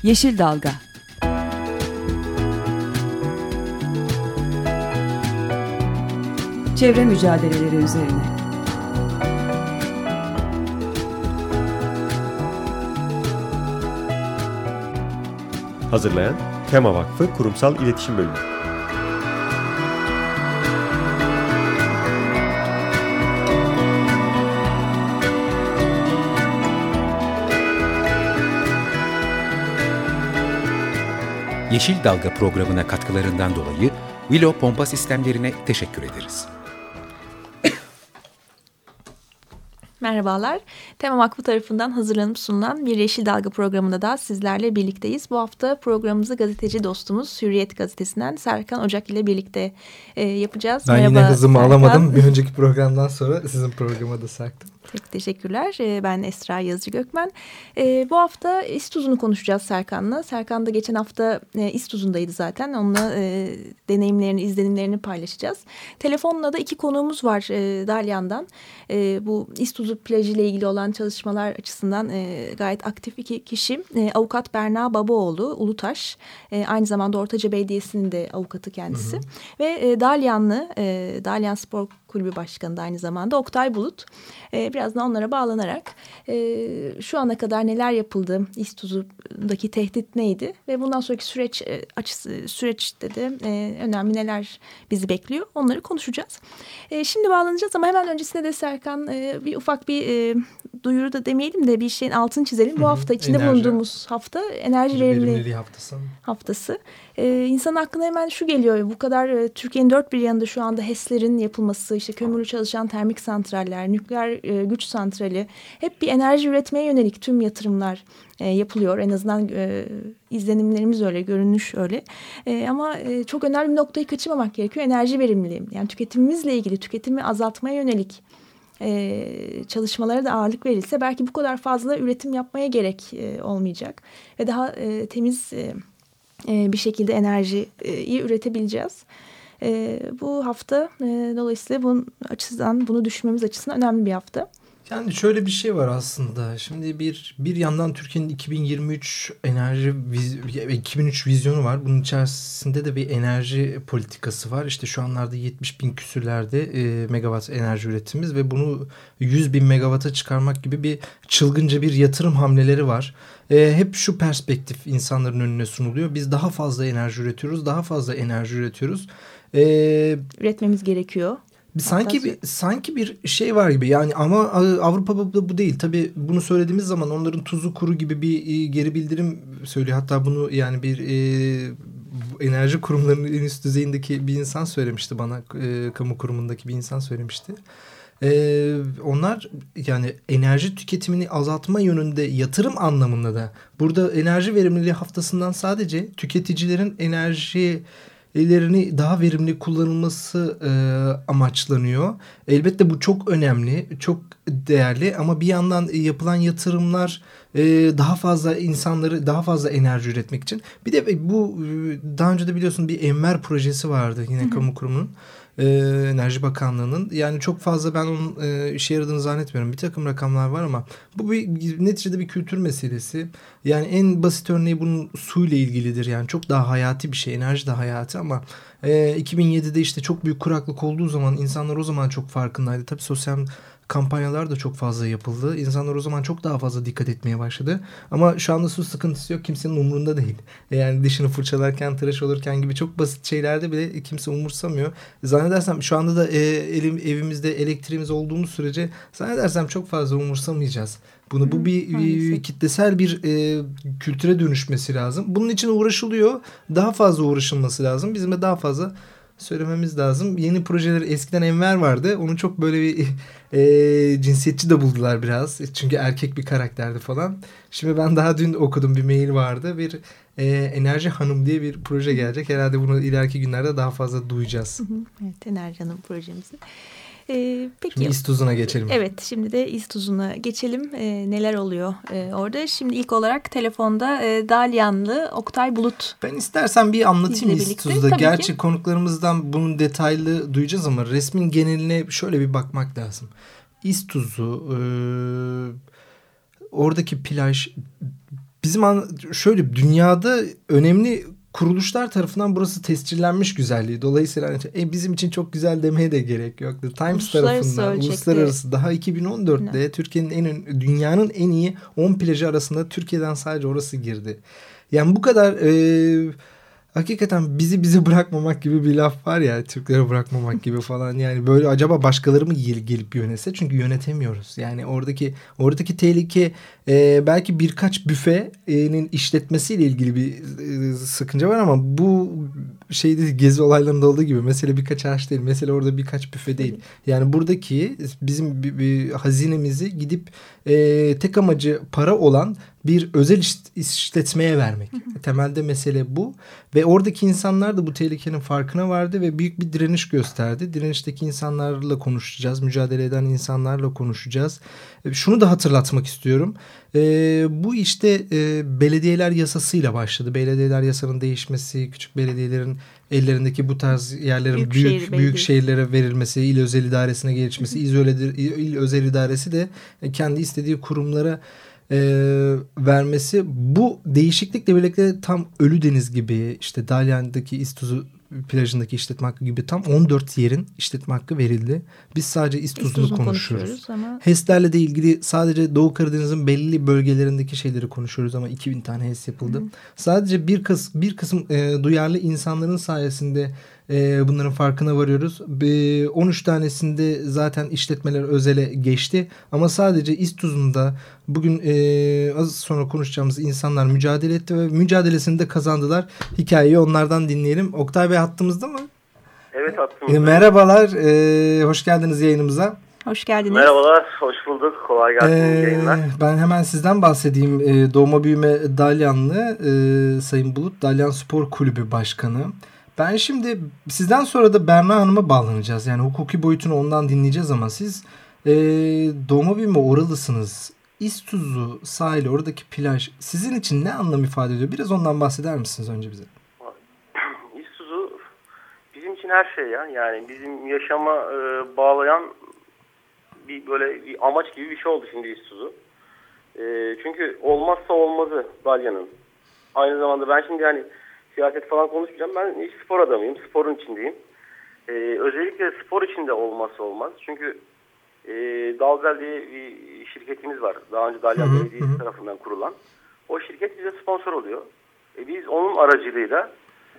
Yeşil Dalga. Çevre mücadeleleri üzerine. Hazırlayan Tema Vakfı Kurumsal İletişim Bölümü. Yeşil Dalga programına katkılarından dolayı Willow Pompa Sistemlerine teşekkür ederiz. Merhabalar. Tema Vakfı tarafından hazırlanıp sunulan bir Yeşil Dalga programında da sizlerle birlikteyiz. Bu hafta programımızı gazeteci dostumuz Hürriyet Gazetesi'nden Serkan Ocak ile birlikte yapacağız. Ben Merhaba, yine hızımı Serkan. alamadım. Bir önceki programdan sonra sizin programa da sarktım. Çok teşekkürler. Ben Esra Yazıcı Gökmen. Bu hafta İztuzu'nu konuşacağız Serkan'la. Serkan da geçen hafta İztuzu'ndaydı zaten. Onunla deneyimlerini, izlenimlerini paylaşacağız. Telefonla da iki konuğumuz var Dalyan'dan. Bu İztuzu plajı ile ilgili olan çalışmalar açısından gayet aktif iki kişi. Avukat Berna Babaoğlu Ulutaş. Aynı zamanda Ortaca Belediyesi'nin de avukatı kendisi. Hı hı. Ve Dalyanlı, Dalyan Spor Kulübü Başkanı da aynı zamanda Oktay Bulut. Birazdan onlara bağlanarak şu ana kadar neler yapıldı, İztuzu'daki tehdit neydi ve bundan sonraki süreçte de önemli neler bizi bekliyor, onları konuşacağız. Şimdi bağlanacağız ama hemen öncesinde de Serkan bir ufak bir duyuru da demeyelim de bir şeyin altını çizelim. Bu hafta içinde bulunduğumuz hafta enerji verimliliği haftası. İnsanın aklına hemen şu geliyor, bu kadar Türkiye'nin dört bir yanında şu anda HES'lerin yapılması, işte kömürlü çalışan termik santraller, nükleer güç santrali, hep bir enerji üretmeye yönelik tüm yatırımlar yapılıyor. En azından izlenimlerimiz öyle, görünüş öyle. Ama çok önemli bir noktayı kaçırmamak gerekiyor. Enerji verimliliği. Yani tüketimimizle ilgili, tüketimi azaltmaya yönelik çalışmalara da ağırlık verilse belki bu kadar fazla üretim yapmaya gerek olmayacak. Ve daha temiz bir şekilde enerjiyi üretebileceğiz. Bu hafta dolayısıyla bunu düşünmemiz açısından önemli bir hafta. Yani şöyle bir şey var aslında. Şimdi bir yandan Türkiye'nin 2023 2003 vizyonu var. Bunun içerisinde de bir enerji politikası var. İşte şu anlarda 70 bin küsürlerde megawatt enerji üretimimiz ve bunu 100 bin megawatt'a çıkarmak gibi bir çılgınca bir yatırım hamleleri var. Hep şu perspektif insanların önüne sunuluyor. Biz daha fazla enerji üretiyoruz, daha fazla enerji üretiyoruz. Üretmemiz gerekiyor. Sanki bir şey var gibi yani, ama Avrupa'da bu değil. Tabii bunu söylediğimiz zaman onların tuzu kuru gibi bir geri bildirim söylüyor. Hatta bunu yani bir enerji kurumlarının en üst düzeyindeki bir insan söylemişti bana, kamu kurumundaki bir insan söylemişti. Onlar yani enerji tüketimini azaltma yönünde yatırım anlamında da burada enerji verimliliği haftasından sadece tüketicilerin enerjilerini daha verimli kullanılması amaçlanıyor. Elbette bu çok önemli, çok değerli ama bir yandan yapılan yatırımlar daha fazla insanları daha fazla enerji üretmek için. Bir de bu daha önce de biliyorsun bir Enver projesi vardı yine kamu kurumunun. Enerji Bakanlığı'nın. Yani çok fazla ben onun işe yaradığını zannetmiyorum. Bir takım rakamlar var ama bu neticede bir kültür meselesi. Yani en basit örneği bunun suyla ilgilidir. Yani çok daha hayati bir şey. Enerji de hayati ama 2007'de işte çok büyük kuraklık olduğu zaman insanlar o zaman çok farkındaydı. Tabii sosyal kampanyalar da çok fazla yapıldı. İnsanlar o zaman çok daha fazla dikkat etmeye başladı. Ama şu anda su sıkıntısı yok. Kimsenin umurunda değil. Yani dişini fırçalarken, tıraş olurken gibi çok basit şeylerde bile kimse umursamıyor. Zannedersem şu anda da evimizde elektriğimiz olduğumuz sürece zannedersem çok fazla umursamayacağız. Bu bir kitlesel bir kültüre dönüşmesi lazım. Bunun için uğraşılıyor. Daha fazla uğraşılması lazım. Bizim de daha fazla söylememiz lazım. Yeni projeler, eskiden Enver vardı. Onu çok böyle bir cinsiyetçi de buldular biraz. Çünkü erkek bir karakterdi falan. Şimdi ben daha dün okudum, bir mail vardı. Bir Enerji Hanım diye bir proje gelecek. Herhalde bunu ileriki günlerde daha fazla duyacağız. Evet, Enerji Hanım projemizi. Peki. Şimdi İztuzu'na geçelim. Evet, şimdi de İztuzu'na geçelim. Neler oluyor orada? Şimdi ilk olarak telefonda Dalyanlı Oktay Bulut. Ben istersen bir anlatayım İztuzu'da. Gerçi ki konuklarımızdan bunun detaylı duyacağız ama resmin geneline şöyle bir bakmak lazım. İztuzu, oradaki plaj şöyle dünyada önemli kuruluşlar tarafından burası tescillenmiş güzelliği. Dolayısıyla bizim için çok güzel demeye de gerek yok. Times tarafından uluslararası daha 2014'te Türkiye'nin dünyanın en iyi 10 plajı arasında Türkiye'den sadece orası girdi. Yani bu kadar hakikaten bizi bırakmamak gibi bir laf var ya, Türkleri bırakmamak gibi falan. Yani böyle acaba başkaları mı gelip yönetse? Çünkü yönetemiyoruz. Yani oradaki tehlike belki birkaç büfenin işletmesiyle ilgili bir sıkıntı var ama bu gezi olaylarında olduğu gibi mesele birkaç ağaç değil. Mesele orada birkaç büfe değil. Yani buradaki bizim bir hazinemizi gidip tek amacı para olan bir özel işletmeye vermek. Temelde mesele bu. Ve oradaki insanlar da bu tehlikenin farkına vardı ve büyük bir direniş gösterdi. Direnişteki insanlarla konuşacağız. Mücadele eden insanlarla konuşacağız. Şunu da hatırlatmak istiyorum. Bu belediyeler yasasıyla başladı. Belediyeler yasanın değişmesi, küçük belediyelerin ellerindeki bu tarz yerlerin büyük şehirlere verilmesi, il özel idaresine geçmesi, il özel idaresi de kendi istediği kurumlara vermesi, bu değişiklikle birlikte tam Ölüdeniz gibi, Dalyan'daki İztuzu plajındaki işletme hakkı gibi tam 14 yerin işletme hakkı verildi. Biz sadece İztuzu'nu konuşuyoruz. Ama... HES'lerle de ilgili sadece Doğu Karadeniz'in belli bölgelerindeki şeyleri konuşuyoruz ama 2000 tane HES yapıldı. Sadece bir kısım duyarlı insanların sayesinde bunların farkına varıyoruz. 13 tanesinde zaten işletmeler özele geçti. Ama sadece İztuzu'nda bugün az sonra konuşacağımız insanlar mücadele etti ve mücadelesini de kazandılar. Hikayeyi onlardan dinleyelim. Oktay Bey hattımızda mı? Evet, hattımızda. Merhabalar. Hoş geldiniz yayınımıza. Hoş geldiniz. Merhabalar. Hoş bulduk. Kolay gelsin yayınlar. Ben hemen sizden bahsedeyim. Doğma büyüme Dalyanlı Sayın Bulut, Dalyan Spor Kulübü Başkanı. Ben şimdi sizden sonra da Berna Hanım'a bağlanacağız. Yani hukuki boyutunu ondan dinleyeceğiz ama siz doğma büyüme oralısınız. İztuzu sahili, oradaki plaj sizin için ne anlam ifade ediyor? Biraz ondan bahseder misiniz önce bize? İztuzu bizim için her şey ya. Yani bizim yaşama bağlayan bir amaç gibi bir şey oldu şimdi İztuzu. Çünkü olmazsa olmazı Dalyan'ın. Aynı zamanda ben şimdi siyaset falan konuşmayacağım. Ben spor adamıyım. Sporun içindeyim. Özellikle spor içinde olmazsa olmaz. Çünkü Dalzel diye bir şirketimiz var. Daha önce Dalyan Belediyesi tarafından kurulan. O şirket bize sponsor oluyor. Biz onun aracılığıyla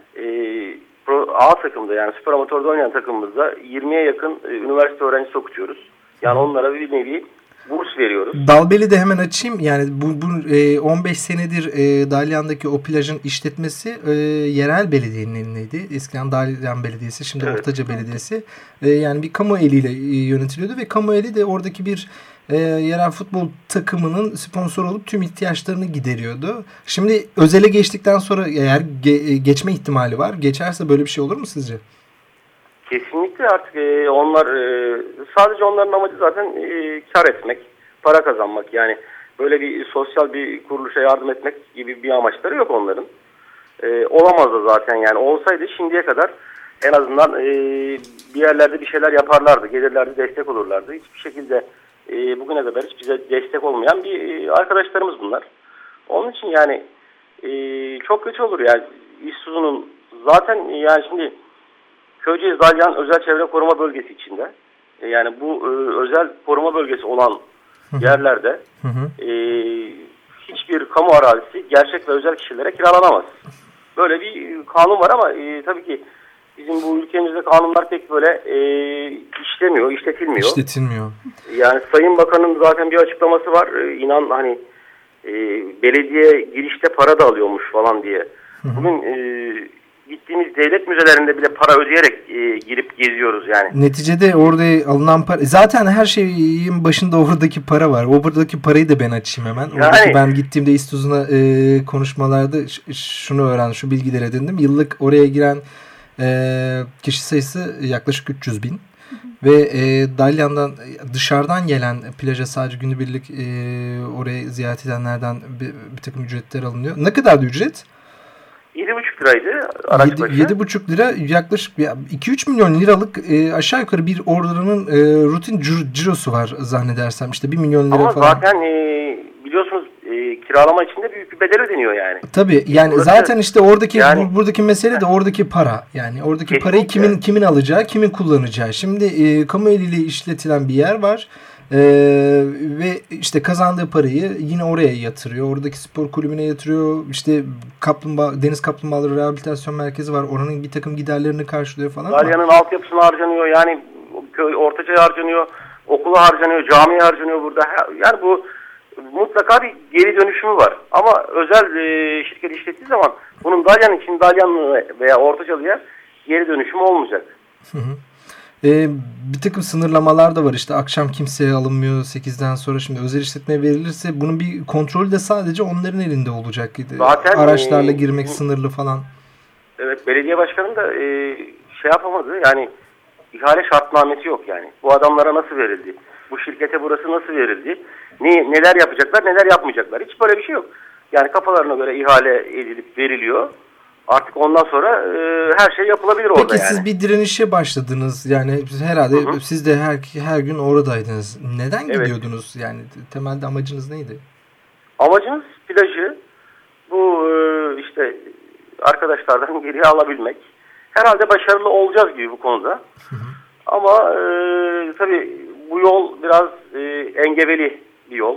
A takımda, yani spor amatörde oynayan takımımızda 20'ye yakın üniversite öğrencisi okutuyoruz. Yani onlara bir nevi burs veriyoruz. Dalbeli de hemen açayım. Yani bu 15 senedir Dalyan'daki o plajın işletmesi yerel belediyenin elindeydi. Eskiden Dalyan Belediyesi, şimdi evet. Ortaca Belediyesi. Yani bir kamu eliyle yönetiliyordu ve kamu eli de oradaki bir yerel futbol takımının sponsor olup tüm ihtiyaçlarını gideriyordu. Şimdi özele geçtikten sonra eğer geçme ihtimali var. Geçerse böyle bir şey olur mu sizce? Kesinlikle artık onlar sadece onların amacı zaten kar etmek, para kazanmak. Yani böyle bir sosyal bir kuruluşa yardım etmek gibi bir amaçları yok onların. Olamaz da zaten, yani olsaydı şimdiye kadar en azından bir yerlerde bir şeyler yaparlardı, gelirlerdi, destek olurlardı. Hiçbir şekilde bugüne kadar hiç bize destek olmayan bir arkadaşlarımız bunlar. Onun için yani çok kötü olur yani İztuzu'nun zaten, yani şimdi Köyceğiz Dalyan Özel Çevre Koruma Bölgesi içinde. Yani bu özel koruma bölgesi olan yerlerde hiçbir kamu arazisi gerçek ve özel kişilere kiralanamaz. Böyle bir kanun var ama tabii ki bizim bu ülkemizde kanunlar pek böyle işlemiyor, işletilmiyor. Yani Sayın Bakan'ın zaten bir açıklaması var. İnan belediye girişte para da alıyormuş falan diye. Bugün gittiğimiz devlet müzelerinde bile para ödeyerek girip geziyoruz yani. Neticede orada alınan para, zaten her şeyin başında oradaki para var. Oradaki parayı da ben açayım hemen. Oradaki ben gittiğimde İztuzu'na konuşmalarda şunu öğrendim, şu bilgileri edindim. Yıllık oraya giren kişi sayısı yaklaşık 300 bin. Ve Dalyan'dan dışarıdan gelen plaja sadece günübirlik oraya ziyaret edenlerden bir takım ücretler alınıyor. Ne kadardı ücret? 7,5 liraydı araç başı. 7,5 lira yaklaşık 2-3 milyon liralık aşağı yukarı bir oranın rutin cirosu var zannedersem. İşte 1 milyon lira ama falan. Ama zaten biliyorsunuz kiralama için de büyük bir bedel ödeniyor yani. Tabii yani burası, zaten işte oradaki yani, buradaki mesele de oradaki para. Yani oradaki kesinlikle. parayı kimin alacağı, kimin kullanacağı. Şimdi kamu eliyle işletilen bir yer var. Ve işte kazandığı parayı yine oraya yatırıyor. Oradaki spor kulübüne yatırıyor. İşte deniz kaplumbağaları rehabilitasyon merkezi var. Oranın bir takım giderlerini karşılıyor falan. Dalyan'ın altyapısına harcanıyor. Yani köy, Ortaca'ya harcanıyor. Okula harcanıyor. Camiye harcanıyor burada. Yani bu mutlaka bir geri dönüşümü var. Ama özel şirket işlettiği zaman bunun Dalyan için Dalyanlı veya Ortacalı'ya geri dönüşümü olmayacak. Hı hı. Bir takım sınırlamalar da var işte akşam kimseye alınmıyor 8'den sonra. Şimdi özel işletmeye verilirse bunun bir kontrolü de sadece onların elinde olacak. Zaten araçlarla girmek sınırlı falan. Evet, belediye başkanı da şey yapamadı yani ihale şartnamesi yok yani. Bu adamlara nasıl verildi? Bu şirkete burası nasıl verildi? Neler yapacaklar, neler yapmayacaklar? Hiç böyle bir şey yok. Yani kafalarına göre ihale edilip veriliyor. Artık ondan sonra her şey yapılabilir orada. Peki yani. Siz bir direnişe başladınız. Yani herhalde siz de her gün oradaydınız. Neden gidiyordunuz? Yani temelde amacınız neydi? Amacımız plajı bu işte arkadaşlardan geriye alabilmek. Herhalde başarılı olacağız gibi bu konuda. Ama tabii bu yol biraz engebeli bir yol.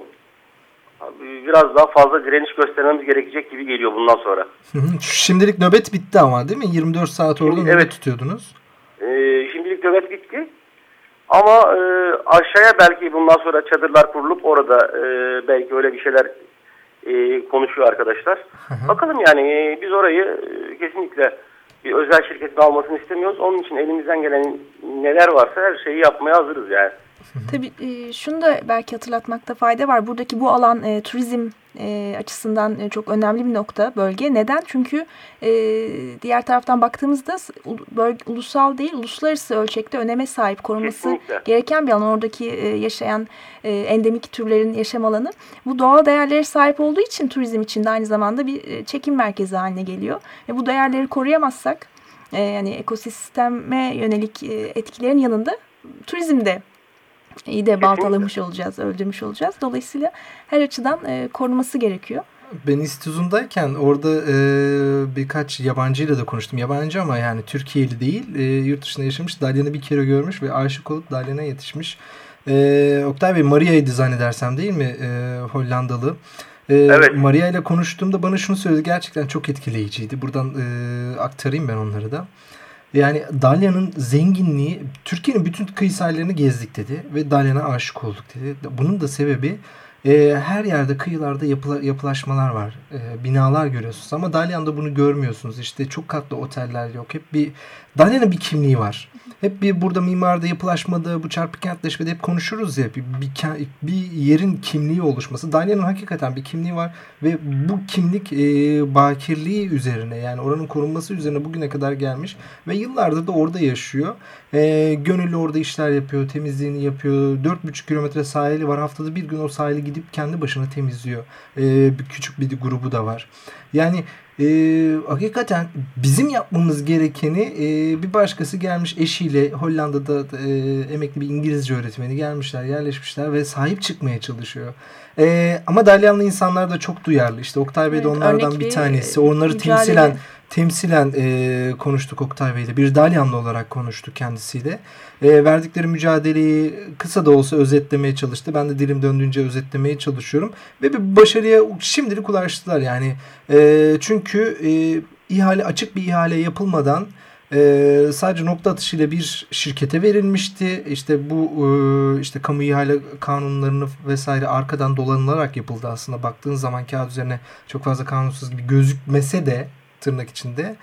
Biraz daha fazla direniş göstermemiz gerekecek gibi geliyor bundan sonra. Şimdilik nöbet bitti ama değil mi? 24 saat orada nöbet tutuyordunuz. Şimdilik nöbet bitti. Ama aşağıya belki bundan sonra çadırlar kurulup orada belki öyle bir şeyler konuşuyor arkadaşlar. Bakalım yani biz orayı kesinlikle bir özel şirketin almasını istemiyoruz. Onun için elimizden gelen neler varsa her şeyi yapmaya hazırız yani. Tabii şunu da belki hatırlatmakta fayda var. Buradaki bu alan turizm açısından çok önemli bir nokta, bölge. Neden? Çünkü diğer taraftan baktığımızda ulusal değil, uluslararası ölçekte öneme sahip, korunması kesinlikle gereken bir alan. Oradaki yaşayan endemik türlerin yaşam alanı. Bu doğal değerlere sahip olduğu için turizm için de aynı zamanda bir çekim merkezi haline geliyor. Ve bu değerleri koruyamazsak yani ekosisteme yönelik etkilerin yanında turizmde iyi de baltalamış olacağız, öldürmüş olacağız. Dolayısıyla her açıdan korunması gerekiyor. Ben İstuzun'dayken orada birkaç yabancıyla da konuştum. Yabancı ama yani Türkiye'li değil. Yurt dışında yaşamış. Dalyan'ı bir kere görmüş ve aşık olup Dalyan'a yetişmiş. Oktay Bey, Maria'ydı zannedersem değil mi? Hollandalı. Evet. Maria ile konuştuğumda bana şunu söyledi. Gerçekten çok etkileyiciydi. Buradan aktarayım ben onları da. Yani Dalyan'ın zenginliği, Türkiye'nin bütün kıyı sahillerini gezdik dedi ve Dalyan'a aşık olduk dedi. Bunun da sebebi her yerde kıyılarda yapılaşmalar var. Binalar görüyorsunuz ama Dalyan'da bunu görmüyorsunuz. İşte çok katlı oteller yok. Hep Dalyan'ın bir kimliği var. Hep burada mimarda, yapılaşmada, bu çarpık kentleşmede hep konuşuruz ya. Bir yerin kimliği oluşması. Dalyan'ın hakikaten bir kimliği var ve bu kimlik bakirliği üzerine, yani oranın korunması üzerine bugüne kadar gelmiş ve yıllardır da orada yaşıyor. Gönüllü orada işler yapıyor, temizliğini yapıyor. 4,5 kilometre sahili var. Haftada bir gün o sahili gidip kendi başına temizliyor. Küçük bir grubu da var. Yani hakikaten bizim yapmamız gerekeni bir başkası gelmiş eşiyle Hollanda'da emekli bir İngilizce öğretmeni gelmişler, yerleşmişler ve sahip çıkmaya çalışıyor. Ama Dalyanlı insanlar da çok duyarlı. İşte Oktay Bey de onlardan bir tanesi. Onları temsilen konuştuk Oktay Bey'le. Bir Dalyanlı olarak konuştuk kendisiyle. Verdikleri mücadeleyi kısa da olsa özetlemeye çalıştı. Ben de dilim döndüğünce özetlemeye çalışıyorum. Ve bir başarıya şimdilik ulaştılar. Yani çünkü açık bir ihale yapılmadan sadece nokta atışıyla bir şirkete verilmişti. İşte bu işte kamu ihale kanunlarını vesaire arkadan dolanılarak yapıldı aslında. Baktığın zaman kağıt üzerine çok fazla kanunsuz gibi gözükmese de tırnak içinde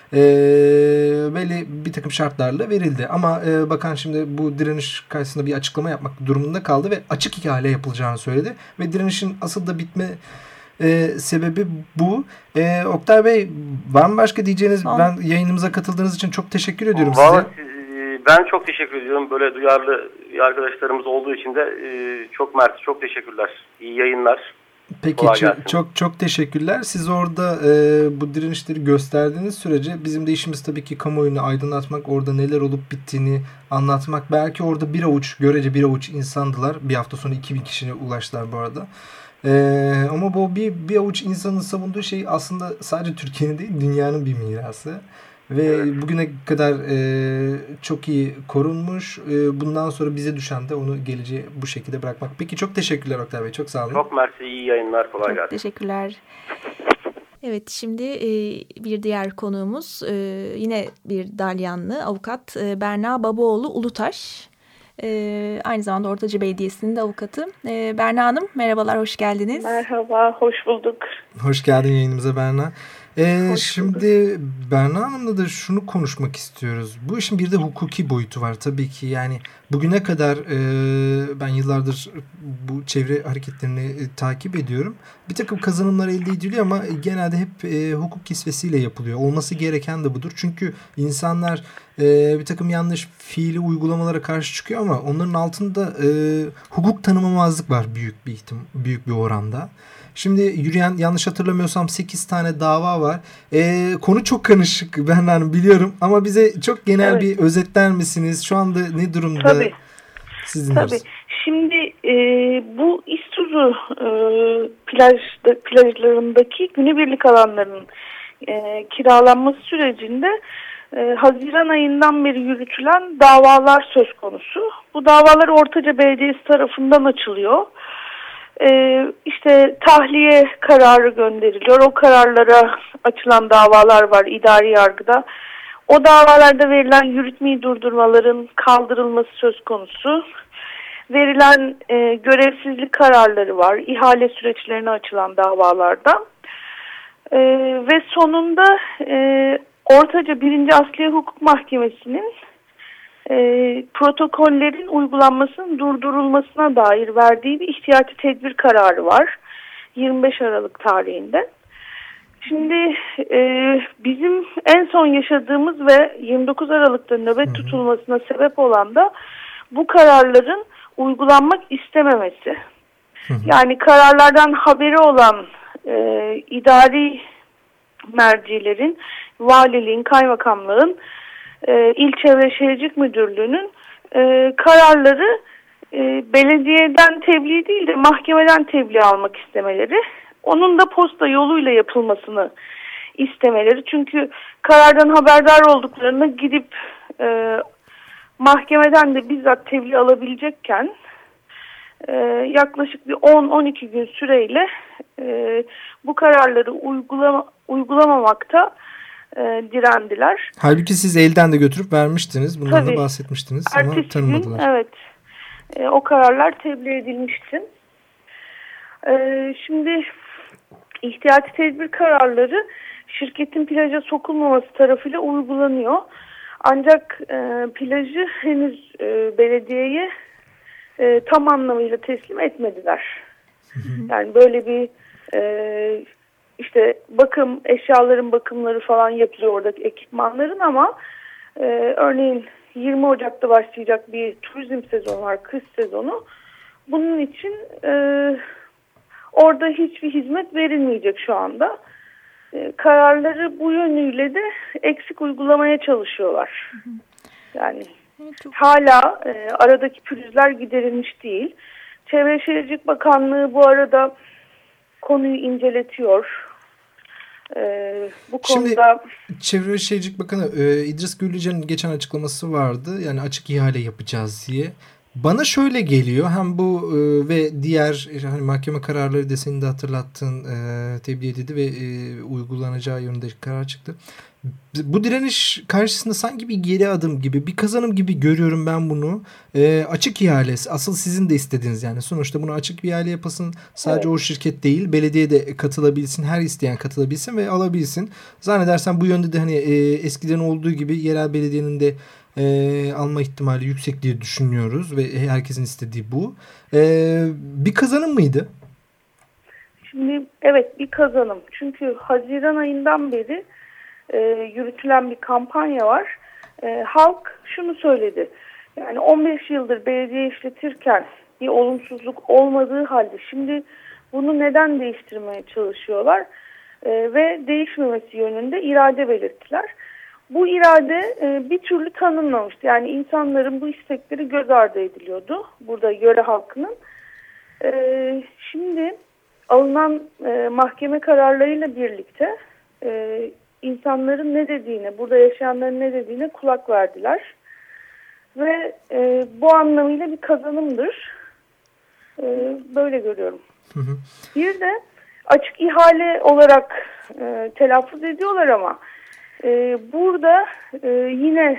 belli bir takım şartlarla verildi. Ama bakan şimdi bu direniş karşısında bir açıklama yapmak durumunda kaldı ve açık ihale yapılacağını söyledi. Ve direnişin asıl da bitme sebebi bu. Oktay Bey, var mı başka diyeceğiniz? Ben yayınımıza katıldığınız için çok teşekkür ediyorum size. Ben çok teşekkür ediyorum. Böyle duyarlı arkadaşlarımız olduğu için de çok mersi, çok teşekkürler. İyi yayınlar. Peki, çok teşekkürler. Siz orada bu direnişleri gösterdiğiniz sürece bizim de işimiz tabii ki kamuoyunu aydınlatmak, orada neler olup bittiğini anlatmak. Belki orada görece bir avuç insandılar. Bir hafta sonra 2000 kişiye ulaştılar bu arada. Ama bu bir avuç insanın savunduğu şey aslında sadece Türkiye'nin değil, dünyanın bir mirası. Ve bugüne kadar çok iyi korunmuş. Bundan sonra bize düşen de onu geleceğe bu şekilde bırakmak. Peki çok teşekkürler Oktay Bey. Çok sağ olun. Çok mersi. İyi yayınlar. Kolay gelsin. Çok teşekkürler. Evet, şimdi bir diğer konuğumuz yine bir Dalyanlı avukat Berna Babaoğlu Ulutaş. Aynı zamanda Ortaca Belediyesi'nin de avukatı. Berna Hanım, merhabalar, hoş geldiniz. Merhaba, hoş bulduk. Hoş geldin yayınımıza Berna. Şimdi Berna Hanım'la da şunu konuşmak istiyoruz. Bu işin bir de hukuki boyutu var tabii ki. Yani bugüne kadar ben yıllardır bu çevre hareketlerini takip ediyorum. Bir takım kazanımlar elde ediliyor ama genelde hep hukuk kisvesiyle yapılıyor. Olması gereken de budur. Çünkü insanlar bir takım yanlış fiili uygulamalara karşı çıkıyor ama onların altında hukuk tanımamazlık var büyük bir oranda. Şimdi yürüyen, yanlış hatırlamıyorsam 8 tane dava var. Konu çok karışık Berna Hanım, biliyorum ama bize çok genel bir özetler misiniz? Şu anda ne durumda? Tabii. Siz dinliyoruz. Tabii. Şimdi bu İztuzu plajlarındaki günübirlik alanların kiralanması sürecinde Haziran ayından beri yürütülen davalar söz konusu. Bu davalar Ortaca Belediyesi tarafından açılıyor. İşte tahliye kararı gönderiliyor. O kararlara açılan davalar var idari yargıda. O davalarda verilen yürütmeyi durdurmaların kaldırılması söz konusu. Verilen görevsizlik kararları var. İhale süreçlerine açılan davalarda. Ve sonunda Ortaca 1. Asliye Hukuk Mahkemesi'nin protokollerin uygulanmasının durdurulmasına dair verdiği bir ihtiyati tedbir kararı var. 25 Aralık tarihinde. Şimdi bizim en son yaşadığımız ve 29 Aralık'ta nöbet tutulmasına sebep olan da bu kararların uygulanmak istememesi. Yani kararlardan haberi olan idari mercilerin, valiliğin, kaymakamlığın, İl Çevre Şehircilik Müdürlüğü'nün kararları belediyeden tebliğ değil de mahkemeden tebliğ almak istemeleri, onun da posta yoluyla yapılmasını istemeleri. Çünkü karardan haberdar olduklarını gidip mahkemeden de bizzat tebliğ alabilecekken yaklaşık bir 10-12 gün süreyle bu kararları uygulamamakta direndiler. Halbuki siz elden de götürüp vermiştiniz. Bundan da bahsetmiştiniz ama tanımadılar. Gün, evet. O kararlar tebliğ edilmişti. Şimdi ihtiyati tedbir kararları şirketin plaja sokulmaması tarafıyla uygulanıyor. Ancak plajı henüz belediyeye tam anlamıyla teslim etmediler. Yani böyle bir işte eşyaların bakımları falan yapılıyor oradaki ekipmanların ama örneğin 20 Ocak'ta başlayacak bir turizm sezonu var, kış sezonu. Bunun için orada hiçbir hizmet verilmeyecek şu anda. Kararları bu yönüyle de eksik uygulamaya çalışıyorlar. Yani hala aradaki pürüzler giderilmiş değil. Çevre Şehircilik Bakanlığı bu arada konuyu inceletiyor. Bu konuda... Şimdi Çevre ve Şehircilik Bakanı İdris Güllüce'nin geçen açıklaması vardı. Yani açık ihale yapacağız diye. Bana şöyle geliyor, hem bu ve diğer hani mahkeme kararları da senin de hatırlattığın tebliğ edildi ve uygulanacağı yönünde karar çıktı. Bu direniş karşısında sanki bir geri adım gibi, bir kazanım gibi görüyorum ben bunu. Açık ihale, asıl sizin de istediğiniz, yani sonuçta bunu açık bir ihale yapasın. Sadece o şirket değil, belediye de katılabilsin, her isteyen katılabilsin ve alabilsin. Zannedersem bu yönde de hani eskiden olduğu gibi yerel belediyenin de alma ihtimali yüksek diye düşünüyoruz ve herkesin istediği bu. Bir kazanım mıydı? Şimdi evet, bir kazanım. Çünkü Haziran ayından beri yürütülen bir kampanya var. Halk şunu söyledi. Yani 15 yıldır belediye işletirken bir olumsuzluk olmadığı halde şimdi bunu neden değiştirmeye çalışıyorlar? Ve değişmemesi yönünde irade belirttiler. Bu irade bir türlü tanınmamıştı. Yani insanların bu istekleri göz ardı ediliyordu. Burada yöre halkının. Şimdi alınan mahkeme kararlarıyla birlikte insanların ne dediğine, burada yaşayanların ne dediğine kulak verdiler. Ve bu anlamıyla bir kazanımdır. Böyle görüyorum. Hı hı. Bir de açık ihale olarak telaffuz ediyorlar ama burada yine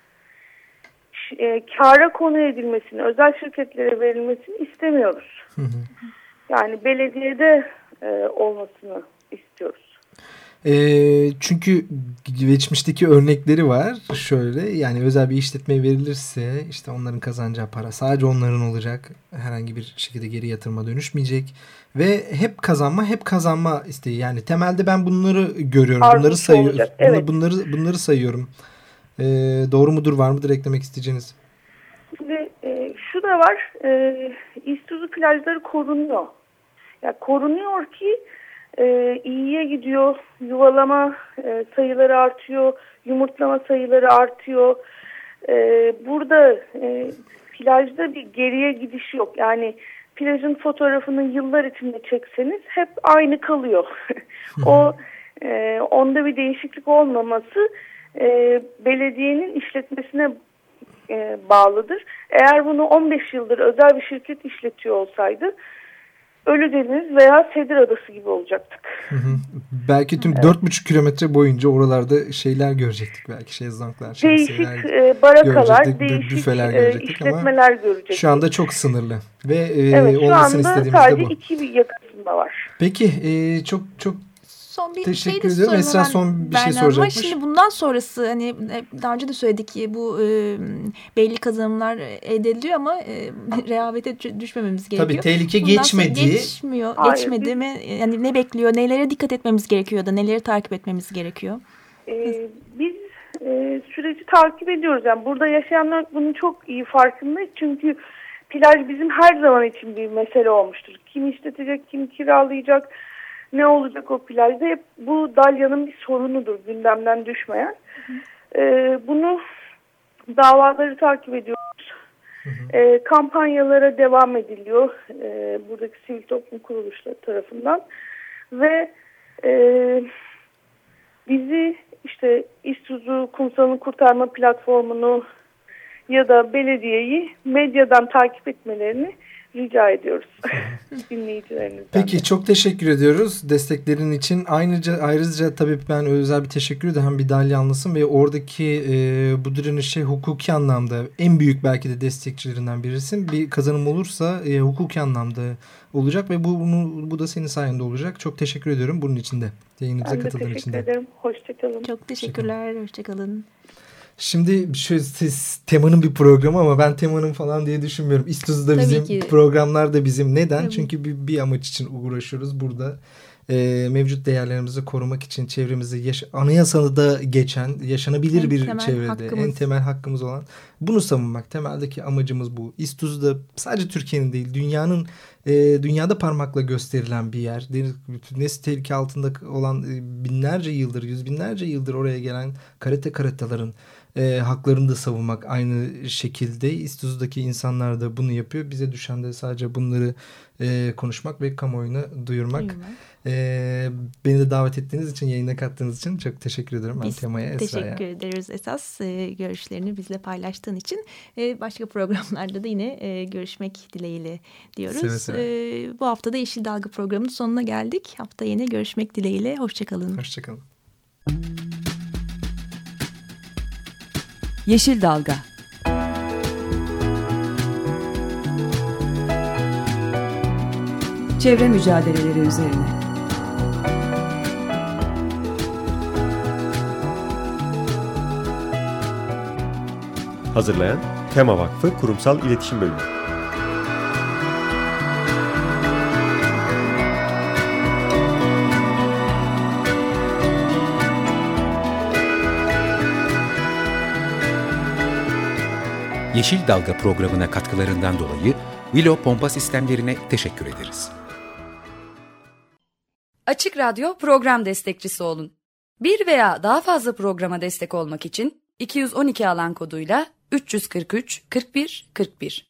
kâra konu edilmesini, özel şirketlere verilmesini istemiyoruz. Hı hı. Yani belediyede olmasını istiyoruz. Çünkü geçmişteki örnekleri var şöyle, yani özel bir işletmeye verilirse işte onların kazanacağı para sadece onların olacak, herhangi bir şekilde geri yatırıma dönüşmeyecek ve hep kazanma isteği. Yani temelde ben bunları görüyorum, bunları sayıyorum, evet. bunları sayıyorum. Doğru mudur, var mıdır eklemek isteyeceğiniz? Şimdi şu da var, İztuzu plajları korunuyor. Yani korunuyor ki iyiye gidiyor, yuvalama sayıları artıyor, yumurtlama sayıları artıyor. Burada plajda bir geriye gidiş yok. Yani plajın fotoğrafını yıllar içinde çekseniz hep aynı kalıyor. Onda bir değişiklik olmaması belediyenin işletmesine bağlıdır. Eğer bunu 15 yıldır özel bir şirket işletiyor olsaydı Ölüdeniz veya Sedir Adası gibi olacaktık. Hı hı. Belki tüm 4,5 kilometre boyunca oralarda şeyler görecektik. Belki şezlonglar, değişik barakalar, değişik işletmeler görecektik. Şu anda çok sınırlı. Ve evet, şu anda sadece 2 yakasında var. Peki çok son bir teşekkür ediyorum. Esra son bir şey soracakmış. Ama şimdi bundan sonrası hani daha önce de söyledik ki bu belli kazanımlar elde ediliyor ama rehavete düşmememiz gerekiyor. Tabii tehlike geçmedi mi? Yani ne bekliyor? Nelere dikkat etmemiz gerekiyor da neleri takip etmemiz gerekiyor? Biz süreci takip ediyoruz. Yani burada yaşayanlar bunun çok iyi farkında. Çünkü plaj bizim her zaman için bir mesele olmuştur. Kim işletecek, kim kiralayacak, ne olacak o plajda? Hep bu Dalya'nın bir sorunudur, gündemden düşmeyen. Bunu davaları takip ediyoruz. Kampanyalara devam ediliyor. Buradaki sivil toplum kuruluşları tarafından. Ve bizi işte İztuzu Kumsal'ını Kurtarma Platformu'nu ya da belediyeyi medyadan takip etmelerini rica ediyoruz dinleyicilerimizden. Peki çok teşekkür ediyoruz desteklerin için. Ayrıca tabii ben özel bir teşekkür ederim. Hem bir Dalya anlasın ve oradaki bu direnişe hukuki anlamda en büyük belki de destekçilerinden birisin. Bir kazanım olursa hukuki anlamda olacak ve bu da senin sayende olacak. Çok teşekkür ediyorum bunun için de. Yayınımıza katıldığın için de. Teşekkür ederim. Hoşçakalın. Çok teşekkürler. Hoşçakalın. Şimdi Tema'nın bir programı ama ben Tema'nın falan diye düşünmüyorum. İztuzu da bizim, programlar da bizim. Neden? Tabii. Çünkü bir amaç için uğraşıyoruz burada. Mevcut değerlerimizi korumak için çevremizi anayasada da geçen, yaşanabilir bir çevrede en temel hakkımız olan bunu savunmak. Temeldeki amacımız bu. İztuzu da sadece Türkiye'nin değil, dünyada parmakla gösterilen bir yer. Nesli tehlike altında olan binlerce yıldır, yüz binlerce yıldır oraya gelen karataların haklarını da savunmak aynı şekilde. İztuzu'daki insanlar da bunu yapıyor. Bize düşen de sadece bunları konuşmak ve kamuoyuna duyurmak. Beni de davet ettiğiniz için, yayına kattığınız için çok teşekkür ederim. Ben Tema'ya, Esra'ya. Teşekkür ederiz esas görüşlerini bizle paylaştığın için. Başka programlarda da yine görüşmek dileğiyle diyoruz. Seve seve. Bu hafta da Yeşil Dalga programının sonuna geldik. Hafta yine görüşmek dileğiyle. Hoşçakalın. Hoşçakalın. Yeşil Dalga. Çevre mücadeleleri üzerine. Hazırlayan Tema Vakfı Kurumsal İletişim Bölümü. Yeşil Dalga programına katkılarından dolayı Willow Pompa Sistemlerine teşekkür ederiz. Açık Radyo program destekçisi olun. Bir veya daha fazla programa destek olmak için 212 alan koduyla 343 41 41